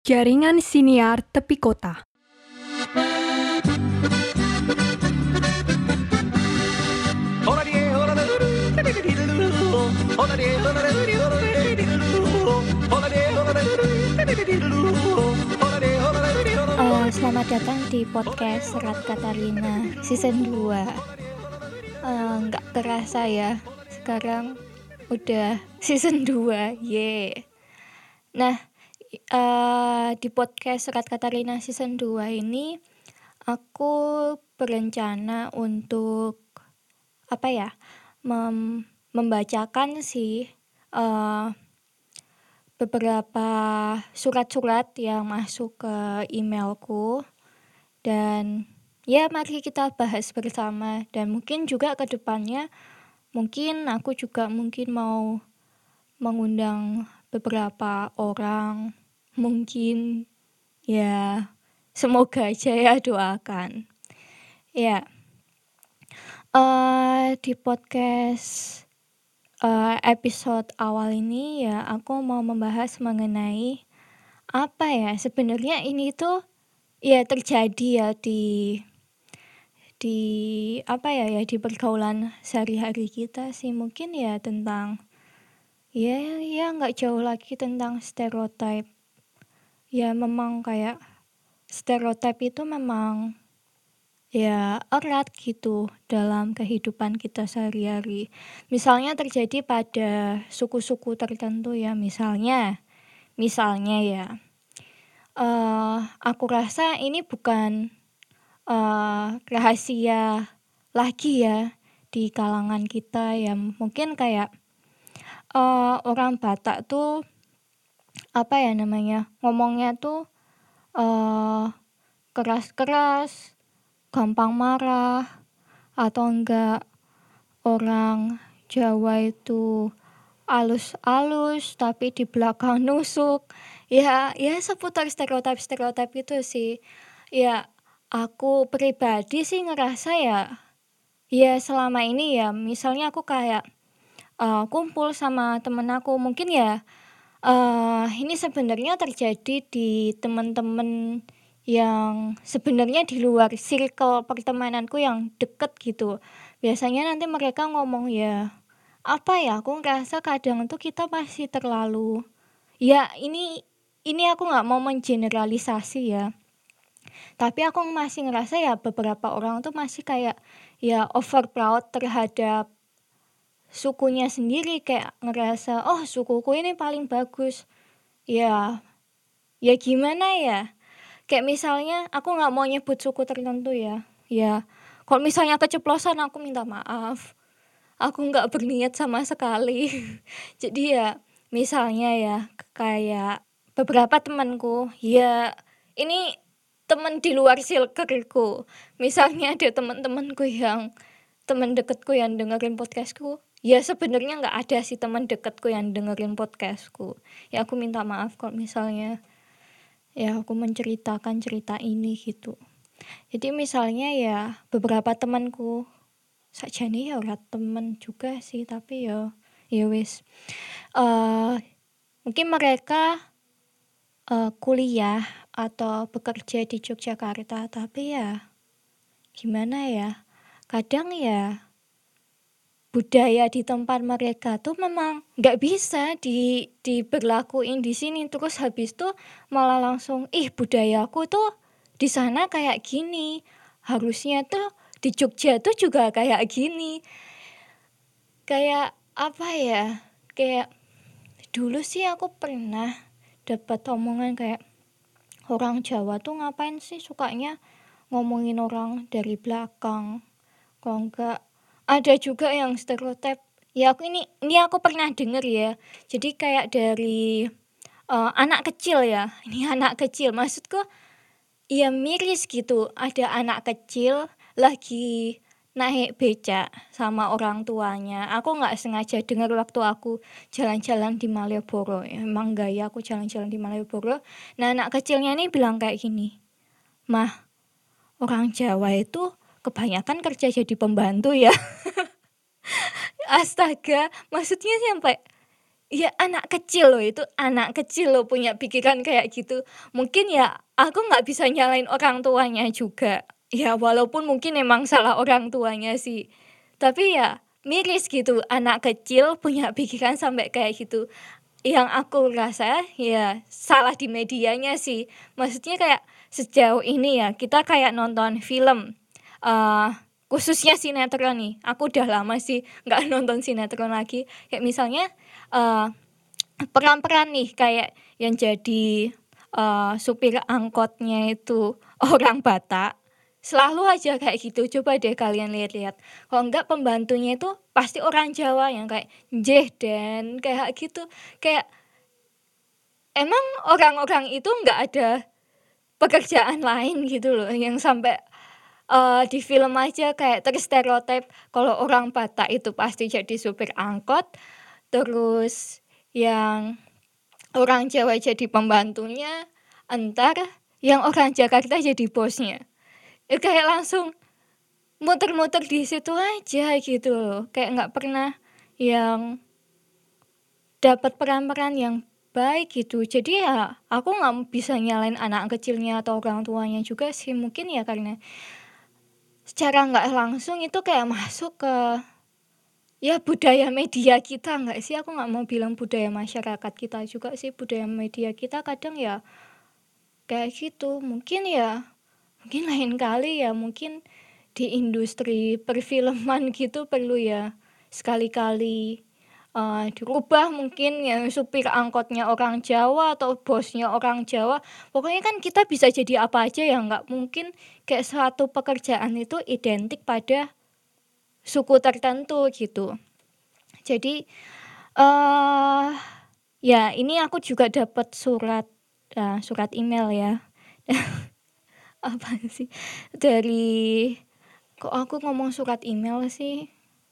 Jaringan Siniar Tepi Kota. Selamat datang di podcast Serat Katarina season 2. Nggak kerasa ya, sekarang udah season 2. Nah, di podcast Serat Katarina season 2 ini aku berencana untuk membacakan sih beberapa surat-surat yang masuk ke emailku, dan ya mari kita bahas bersama. Dan mungkin juga ke depannya mungkin aku juga mau mengundang beberapa orang, mungkin ya semoga aja ya, doakan ya. Di podcast episode awal ini ya aku mau membahas mengenai sebenarnya ini tuh ya terjadi ya di di pergaulan sehari-hari kita sih. Mungkin ya tentang ya nggak jauh lagi tentang stereotip. Ya memang kayak stereotip itu memang ya erat gitu dalam kehidupan kita sehari-hari. Misalnya terjadi pada suku-suku tertentu ya, misalnya ya aku rasa ini bukan rahasia lagi ya di kalangan kita ya. Mungkin kayak orang Batak tuh ngomongnya tuh keras-keras, gampang marah, atau enggak orang Jawa itu alus-alus tapi di belakang nusuk. Ya seputar stereotip itu sih. Ya aku pribadi sih ngerasa ya selama ini ya, misalnya aku kayak kumpul sama temen aku, mungkin ya ini sebenarnya terjadi di teman-teman yang sebenarnya di luar circle pertemananku yang deket gitu. Biasanya nanti mereka ngomong aku ngerasa kadang tuh kita masih terlalu, ya ini aku nggak mau mengeneralisasi ya, tapi aku masih ngerasa ya beberapa orang tuh masih kayak ya over proud terhadap sukunya sendiri, kayak ngerasa oh sukuku ini paling bagus. Ya gimana ya, kayak misalnya aku nggak mau nyebut suku tertentu ya kalau misalnya keceplosan aku minta maaf, aku nggak berniat sama sekali. Jadi ya misalnya ya kayak beberapa temanku, ya ini teman di luar circleku, misalnya ada teman-temanku yang teman deketku yang dengerin podcastku, ya sebenarnya nggak ada sih teman deketku yang dengerin podcastku. Ya aku minta maaf kalau misalnya ya aku menceritakan cerita ini gitu. Jadi misalnya ya beberapa temanku sakjane ya ora temen juga sih, tapi ya wis mungkin mereka kuliah atau bekerja di Yogyakarta, tapi ya gimana ya, kadang ya budaya di tempat mereka tuh memang nggak bisa diberlakuin di sini, terus habis tuh malah langsung budayaku tuh di sana kayak gini, harusnya tuh di Jogja tuh juga kayak gini. Kayak kayak dulu sih aku pernah dapat omongan kayak orang Jawa tuh ngapain sih sukanya ngomongin orang dari belakang. Kalau enggak, ada juga yang stereotip. Ya ini aku pernah denger ya. Jadi kayak dari anak kecil ya. Ini anak kecil, maksudku ya miris gitu. Ada anak kecil lagi naik becak sama orang tuanya. Aku nggak sengaja dengar waktu aku jalan-jalan di Malioboro. Emang gaya aku jalan-jalan di Malioboro. Nah anak kecilnya ini bilang kayak gini, "Mah, orang Jawa itu kebanyakan kerja jadi pembantu ya." Astaga, maksudnya sampai Ya anak kecil loh, itu anak kecil loh punya pikiran kayak gitu. Mungkin ya aku nggak bisa nyalain orang tuanya juga. Ya walaupun mungkin emang salah orang tuanya sih. Tapi ya miris gitu, anak kecil punya pikiran sampai kayak gitu. Yang aku rasa ya salah di medianya sih. Maksudnya kayak sejauh ini ya kita kayak nonton film, eee, khususnya sinetron nih. Aku udah lama sih nggak nonton sinetron lagi. Kayak misalnya, eee peran-peran nih kayak yang jadi, supir angkotnya itu orang Batak, selalu aja kayak gitu, coba deh kalian lihat-lihat. Kalau enggak pembantunya itu pasti orang Jawa yang kayak "Nggih Den," kayak gitu. Kayak emang orang-orang itu nggak ada pekerjaan lain gitu loh yang sampai, di film aja kayak terstereotip kalau orang Batak itu pasti jadi supir angkot, terus yang orang Jawa jadi pembantunya, entar yang orang Jakarta jadi bosnya. Kayak langsung muter-muter di situ aja gitu loh, kayak nggak pernah yang dapat peran-peran yang baik gitu. Jadi ya aku nggak bisa nyalain anak kecilnya atau orang tuanya juga sih, mungkin ya karena secara nggak langsung itu kayak masuk ke, ya budaya media kita nggak sih? Aku nggak mau bilang budaya masyarakat kita juga sih, budaya media kita kadang ya kayak gitu. Mungkin lain kali ya, mungkin di industri perfilman gitu perlu ya sekali-kali, dirubah mungkin yang supir angkotnya orang Jawa atau bosnya orang Jawa. Pokoknya kan kita bisa jadi apa aja ya, nggak mungkin kayak suatu pekerjaan itu identik pada suku tertentu gitu. Jadi, eee, ya ini aku juga dapat surat email ya. Apa sih, dari kok aku ngomong surat email sih,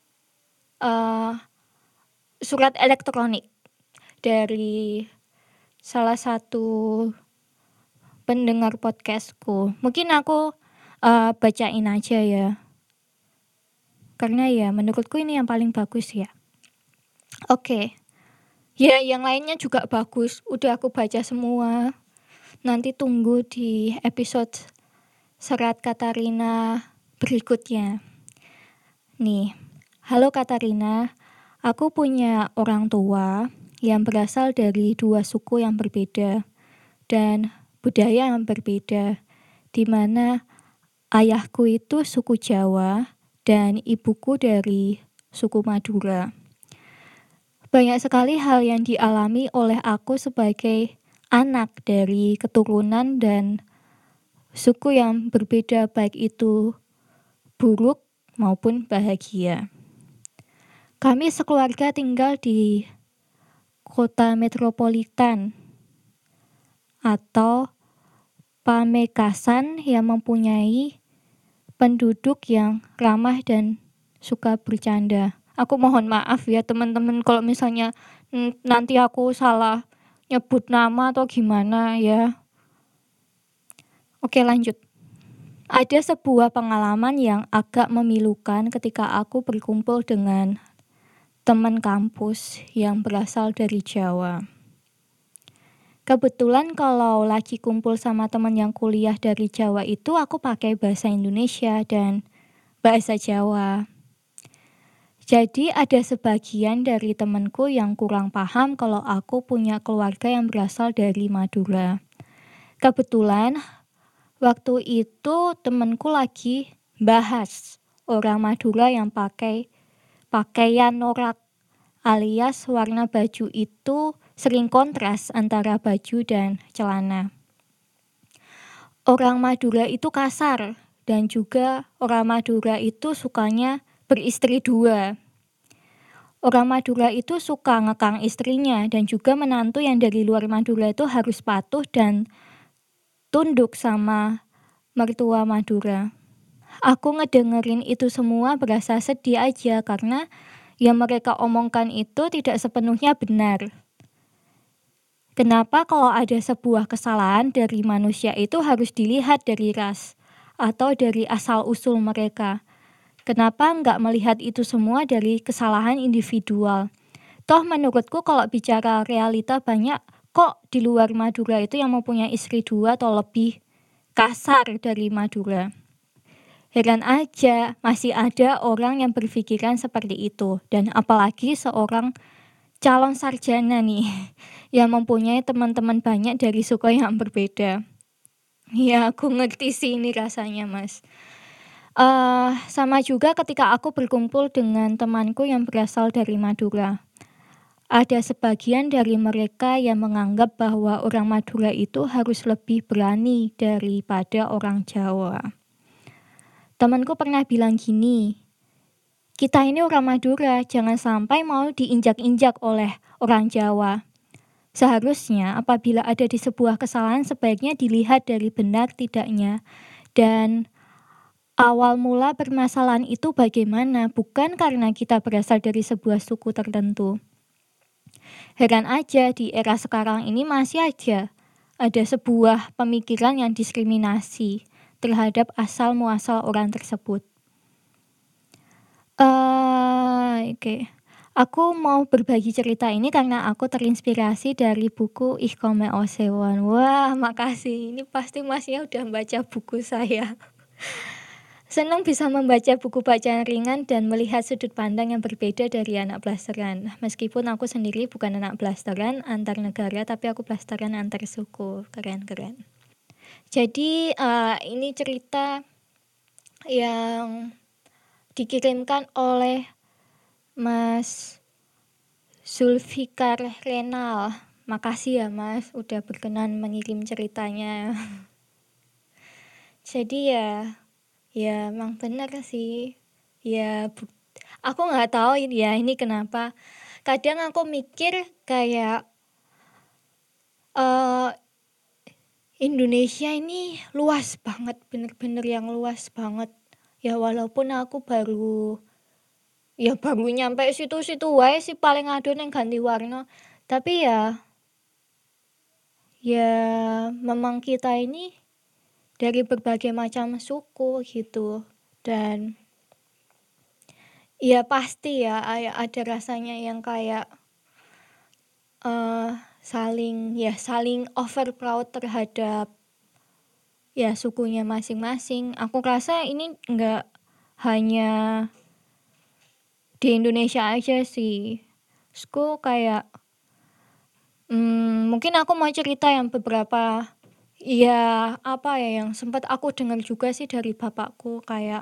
eee, surat elektronik dari salah satu pendengar podcast-ku. Mungkin aku, bacain aja ya, karena ya menurutku ini yang paling bagus ya. Oke, ya yang lainnya juga bagus, udah aku baca semua. Nanti tunggu di episode Serat Katarina berikutnya. Nih, halo Katarina, aku punya orang tua yang berasal dari 2 suku yang berbeda dan budaya yang berbeda, di mana ayahku itu suku Jawa dan ibuku dari suku Madura. Banyak sekali hal yang dialami oleh aku sebagai anak dari keturunan dan suku yang berbeda, baik itu buruk maupun bahagia. Kami sekeluarga tinggal di kota metropolitan atau Pamekasan yang mempunyai penduduk yang ramah dan suka bercanda. Aku mohon maaf ya teman-teman kalau misalnya nanti aku salah nyebut nama atau gimana ya. Oke, lanjut. Ada sebuah pengalaman yang agak memilukan ketika aku berkumpul dengan teman kampus yang berasal dari Jawa. Kebetulan kalau lagi kumpul sama teman yang kuliah dari Jawa itu aku pakai bahasa Indonesia dan bahasa Jawa. Jadi ada sebagian dari temanku yang kurang paham kalau aku punya keluarga yang berasal dari Madura. Kebetulan waktu itu temanku lagi bahas orang Madura yang pakai pakaian norak, alias warna baju itu sering kontras antara baju dan celana. Orang Madura itu kasar dan juga orang Madura itu sukanya beristri 2. Orang Madura itu suka ngekang istrinya dan juga menantu yang dari luar Madura itu harus patuh dan tunduk sama mertua Madura. Aku ngedengerin itu semua berasa sedih aja karena yang mereka omongkan itu tidak sepenuhnya benar. Kenapa kalau ada sebuah kesalahan dari manusia itu harus dilihat dari ras atau dari asal-usul mereka? Kenapa nggak melihat itu semua dari kesalahan individual? Toh menurutku kalau bicara realita banyak kok di luar Madura itu yang mempunyai istri 2 atau lebih kasar dari Madura. Heran aja masih ada orang yang berpikiran seperti itu, dan apalagi seorang calon sarjana nih yang mempunyai teman-teman banyak dari suku yang berbeda. Ya aku ngerti sih ini rasanya, Mas. Sama juga ketika aku berkumpul dengan temanku yang berasal dari Madura. Ada sebagian dari mereka yang menganggap bahwa orang Madura itu harus lebih berani daripada orang Jawa. Temanku pernah bilang gini, kita ini orang Madura, jangan sampai mau diinjak-injak oleh orang Jawa. Seharusnya apabila ada di sebuah kesalahan sebaiknya dilihat dari benar tidaknya. Dan awal mula permasalahan itu bagaimana, bukan karena kita berasal dari sebuah suku tertentu. Heran aja di era sekarang ini masih aja ada sebuah pemikiran yang diskriminasi terhadap asal muasal orang tersebut. Oke. Aku mau berbagi cerita ini karena aku terinspirasi dari buku Ikome Osewon. Wah, makasih. Ini pasti Masnya udah baca buku saya. Senang bisa membaca buku bacaan ringan dan melihat sudut pandang yang berbeda dari anak blasteran. Meskipun aku sendiri bukan anak blasteran antar negara, tapi aku blasteran antar suku. Keren-keren. Jadi ini cerita yang dikirimkan oleh Mas Zulfikar Renal. Makasih ya Mas udah berkenan mengirim ceritanya. Jadi ya emang bener sih. Ya aku nggak tahu ya ini kenapa. Kadang aku mikir kayak Indonesia ini luas banget, bener-bener yang luas banget. Ya walaupun aku baru nyampe situ-situ wae sih paling adon yang ganti warna. Tapi ya memang kita ini dari berbagai macam suku gitu. Dan ya pasti ya ada rasanya yang kayak saling over proud terhadap ya sukunya masing-masing. Aku rasa ini enggak hanya di Indonesia aja sih. Aku kayak mungkin aku mau cerita yang beberapa yang sempat aku dengar juga sih dari bapakku kayak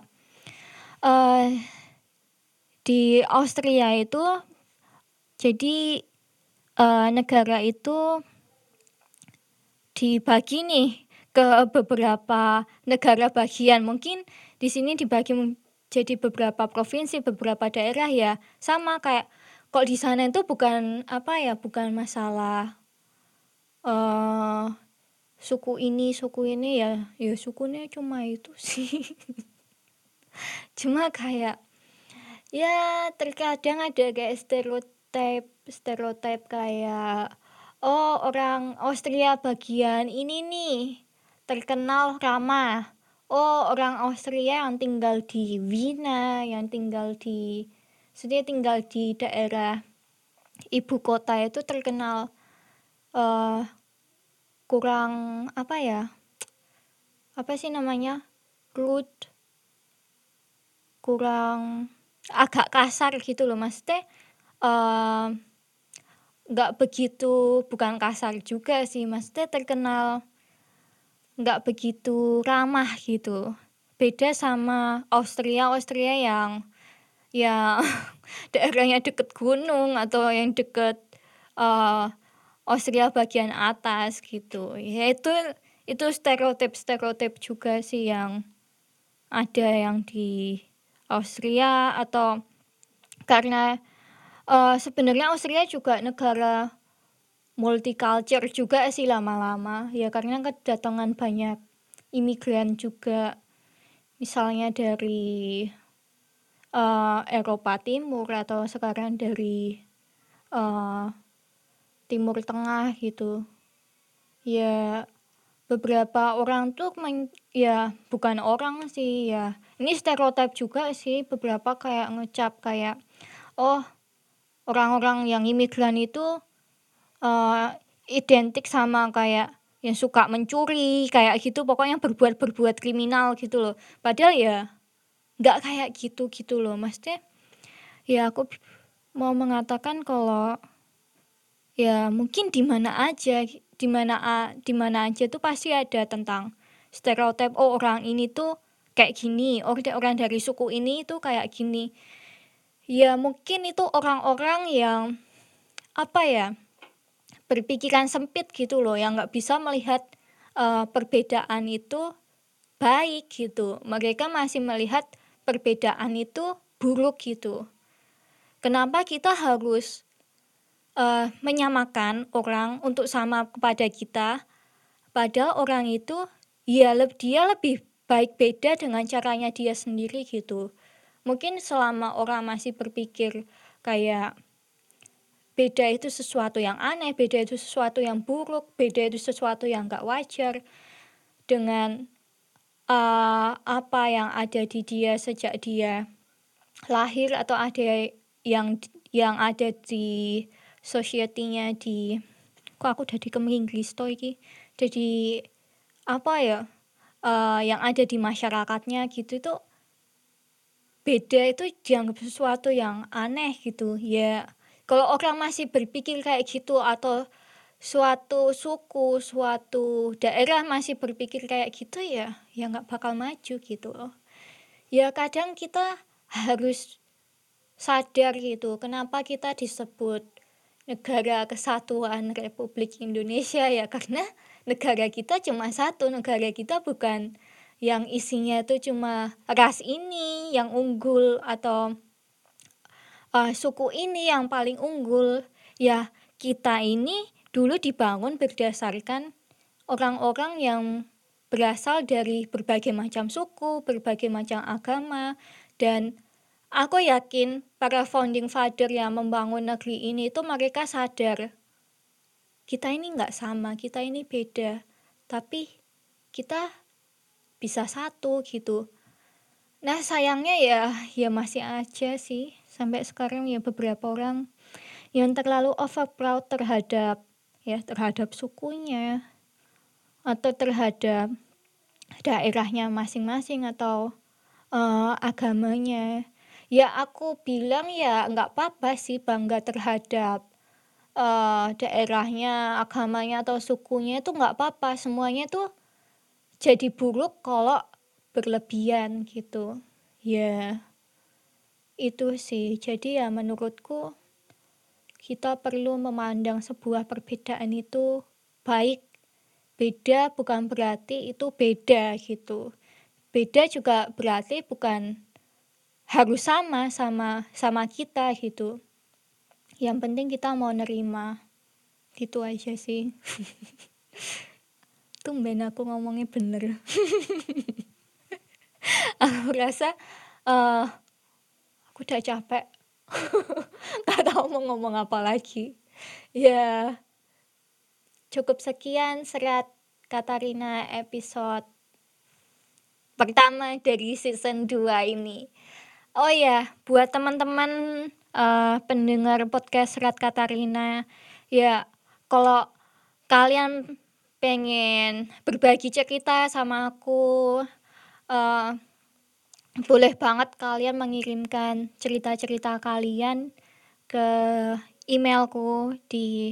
di Austria itu jadi negara itu dibagi nih ke beberapa negara bagian. Mungkin di sini dibagi jadi beberapa provinsi, beberapa daerah ya. Sama kayak kok di sana itu bukan bukan masalah suku ini ya sukunya cuma itu sih. Cuma kayak ya terkadang ada kayak stereotip kayak orang Austria bagian ini nih terkenal ramah. Orang Austria yang tinggal di Wina, yang tinggal di daerah ibu kota itu terkenal kurang rude, kurang agak kasar gitu loh maksudnya. Bukan kasar juga sih, maksudnya terkenal nggak begitu ramah gitu. Beda sama Austria yang daerahnya deket gunung atau yang deket Austria bagian atas gitu. Ya itu stereotip juga sih yang ada yang di Austria. Atau karena sebenarnya Austria juga negara multicultural juga sih lama-lama ya, karena kedatangan banyak imigran juga, misalnya dari Eropa Timur atau sekarang dari Timur Tengah gitu. Ya beberapa orang tuh bukan orang sih ya, ini stereotip juga sih, beberapa kayak ngecap kayak orang-orang yang imigran itu identik sama kayak yang suka mencuri kayak gitu, pokoknya berbuat kriminal gitu loh. Padahal ya nggak kayak gitu loh. Maksudnya ya aku mau mengatakan kalau ya mungkin di mana aja tuh pasti ada tentang stereotip, oh orang ini tuh kayak gini, orang dari suku ini tuh kayak gini. Ya mungkin itu orang-orang yang berpikiran sempit gitu loh, yang nggak bisa melihat perbedaan itu baik gitu. Mereka masih melihat perbedaan itu buruk gitu. Kenapa kita harus menyamakan orang untuk sama kepada kita, padahal orang itu dia lebih baik beda dengan caranya dia sendiri gitu. Mungkin selama orang masih berpikir kayak beda itu sesuatu yang aneh, beda itu sesuatu yang buruk, beda itu sesuatu yang gak wajar dengan apa yang ada di dia sejak dia lahir, atau ada yang ada di society-nya, di kok aku udah di Inggris toh iki. Jadi yang ada di masyarakatnya gitu, itu beda itu dianggap sesuatu yang aneh gitu ya. Kalau orang masih berpikir kayak gitu, atau suatu suku, suatu daerah masih berpikir kayak gitu, ya nggak bakal maju gitu loh. Ya kadang kita harus sadar gitu, kenapa kita disebut Negara Kesatuan Republik Indonesia, ya karena negara kita cuma satu, negara kita bukan yang isinya itu cuma ras ini yang unggul atau suku ini yang paling unggul. Ya kita ini dulu dibangun berdasarkan orang-orang yang berasal dari berbagai macam suku, berbagai macam agama, dan aku yakin para founding father yang membangun negeri ini itu mereka sadar kita ini nggak sama, kita ini beda, tapi kita bisa satu gitu. Nah sayangnya ya masih aja sih sampai sekarang ya beberapa orang yang terlalu over proud terhadap sukunya atau terhadap daerahnya masing-masing atau agamanya. Ya aku bilang ya nggak apa-apa sih bangga terhadap daerahnya, agamanya atau sukunya, itu nggak apa-apa. Semuanya tuh jadi buruk kalau berlebihan gitu. Ya itu sih. Jadi ya menurutku kita perlu memandang sebuah perbedaan itu baik. Beda bukan berarti itu beda gitu. Beda juga berarti bukan harus sama kita gitu. Yang penting kita mau nerima. Gitu aja sih. Tumben aku ngomongnya bener. Aku rasa aku udah capek. Gak tahu mau ngomong apa lagi. Ya cukup sekian Serat Katarina episode pertama dari season 2 ini. Oh ya, buat teman-teman pendengar podcast Serat Katarina, ya kalau kalian pengen berbagi cerita sama aku, boleh banget kalian mengirimkan cerita-cerita kalian ke emailku di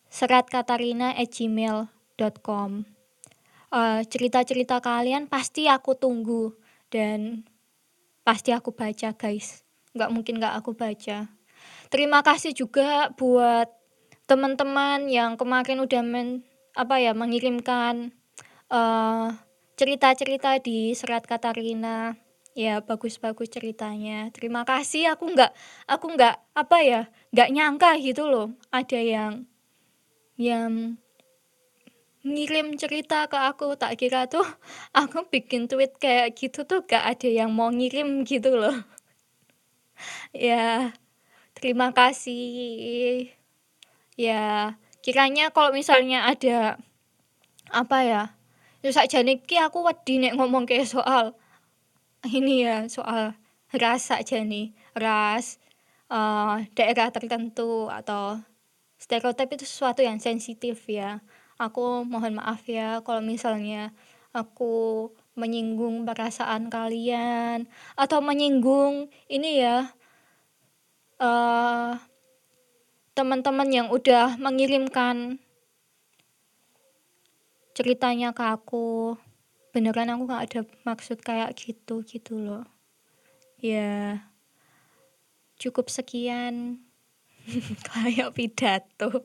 seratkatarina@gmail.com. Cerita-cerita kalian pasti aku tunggu dan pasti aku baca guys, nggak mungkin nggak aku baca. Terima kasih juga buat teman-teman yang kemarin udah mengirimkan cerita-cerita di Serat Katarina. Ya bagus-bagus ceritanya. Terima kasih. Aku nggak nyangka gitu loh. Ada yang ngirim cerita ke aku. Tak kira tuh aku bikin tweet kayak gitu tuh gak ada yang mau ngirim gitu loh. Ya terima kasih. Ya kiranya kalau misalnya ada sakjane iki aku wedi nek ngomong kayak soal ini ya, soal ras sakjane. Ras daerah tertentu atau stereotip itu sesuatu yang sensitif ya. Aku mohon maaf ya kalau misalnya aku menyinggung perasaan kalian atau menyinggung ini ya, teman-teman yang udah mengirimkan ceritanya ke aku. Beneran aku gak ada maksud kayak gitu loh. Ya, cukup sekian kayak pidato.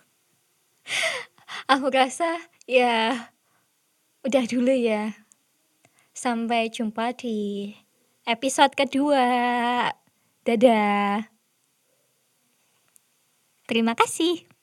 Aku rasa ya udah dulu ya. Sampai jumpa di episode kedua. Dadah. Terima kasih.